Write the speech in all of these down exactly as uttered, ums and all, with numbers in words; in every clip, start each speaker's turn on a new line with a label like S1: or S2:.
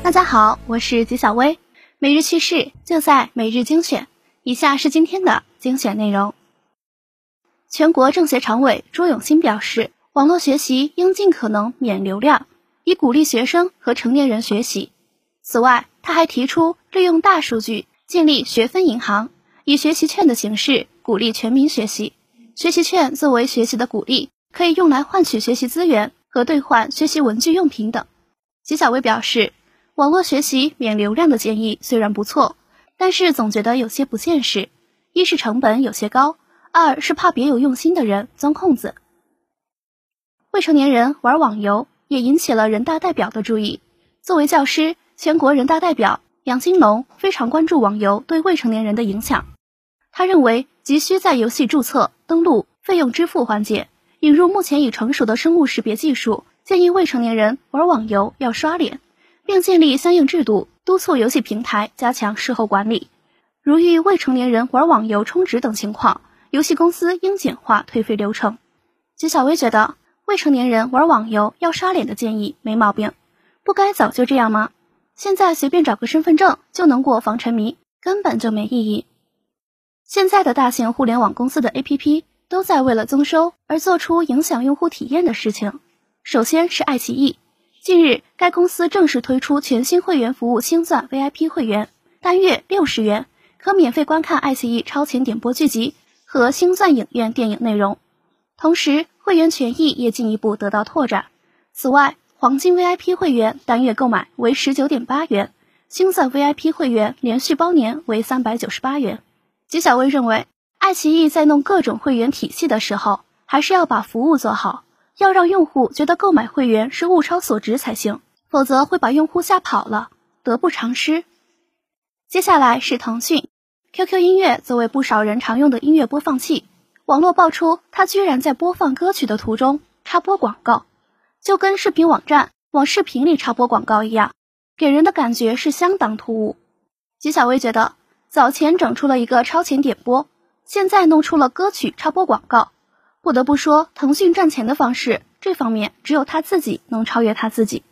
S1: 大家好，我是吉小薇，每日趣事就在每日精选。以下是今天的精选内容。全国政协常委朱永新表示，网络学习应尽可能免流量，以鼓励学生和成年人学习。此外，他还提出利用大数据建立学分银行，以学习券的形式鼓励全民学习。学习券作为学习的鼓励，可以用来换取学习资源和兑换学习文具用品等。吉小薇表示，网络学习免流量的建议虽然不错，但是总觉得有些不现实。一是成本有些高，二是怕别有用心的人钻空子。未成年人玩网游也引起了人大代表的注意。作为教师，全国人大代表杨金龙非常关注网游对未成年人的影响。他认为急需在游戏注册、登录、费用支付环节引入目前已成熟的生物识别技术，建议未成年人玩网游要刷脸，并建立相应制度，督促游戏平台加强事后管理。如遇未成年人玩网游充值等情况，游戏公司应简化退费流程。吉小薇觉得未成年人玩网游要刷脸的建议没毛病，不该早就这样吗？现在随便找个身份证就能过防沉迷，根本就没意义。现在的大型互联网公司的 A P P 都在为了增收而做出影响用户体验的事情。首先是爱奇艺，近日该公司正式推出全新会员服务星钻 V I P 会员，单月六十元可免费观看爱奇艺超前点播剧集和星钻影院电影内容，同时会员权益也进一步得到拓展。此外，黄金 V I P 会员单月购买为 十九点八元，星钻 V I P 会员连续包年为三百九十八元。吉小薇认为，爱奇艺在弄各种会员体系的时候，还是要把服务做好，要让用户觉得购买会员是物超所值才行，否则会把用户吓跑了，得不偿失。接下来是腾讯 Q Q 音乐作为不少人常用的音乐播放器，网络爆出它居然在播放歌曲的途中插播广告，就跟视频网站往视频里插播广告一样，给人的感觉是相当突兀。吉小薇觉得，早前整出了一个超前点播，现在弄出了歌曲插播广告，不得不说腾讯赚钱的方式，这方面只有他自己能超越他自己。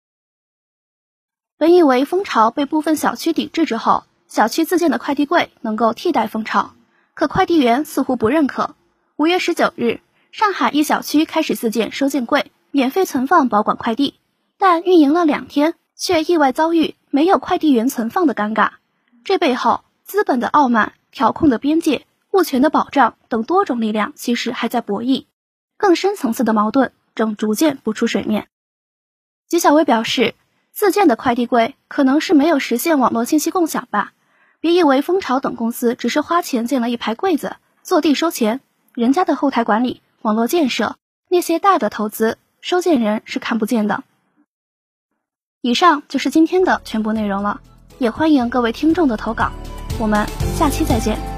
S1: 本以为蜂巢被部分小区抵制之后，小区自建的快递柜能够替代蜂巢，可快递员似乎不认可。五月十九日，上海一小区开始自建收件柜，免费存放保管快递，但运营了两天，却意外遭遇没有快递员存放的尴尬。这背后，资本的傲慢、调控的边界、物权的保障等多种力量其实还在博弈，更深层次的矛盾正逐渐浮出水面。吉小薇表示，自建的快递柜可能是没有实现网络信息共享吧，别以为蜂巢等公司只是花钱建了一排柜子，坐地收钱，人家的后台管理、网络建设，那些大的投资，收件人是看不见的。以上就是今天的全部内容了，也欢迎各位听众的投稿，我们下期再见。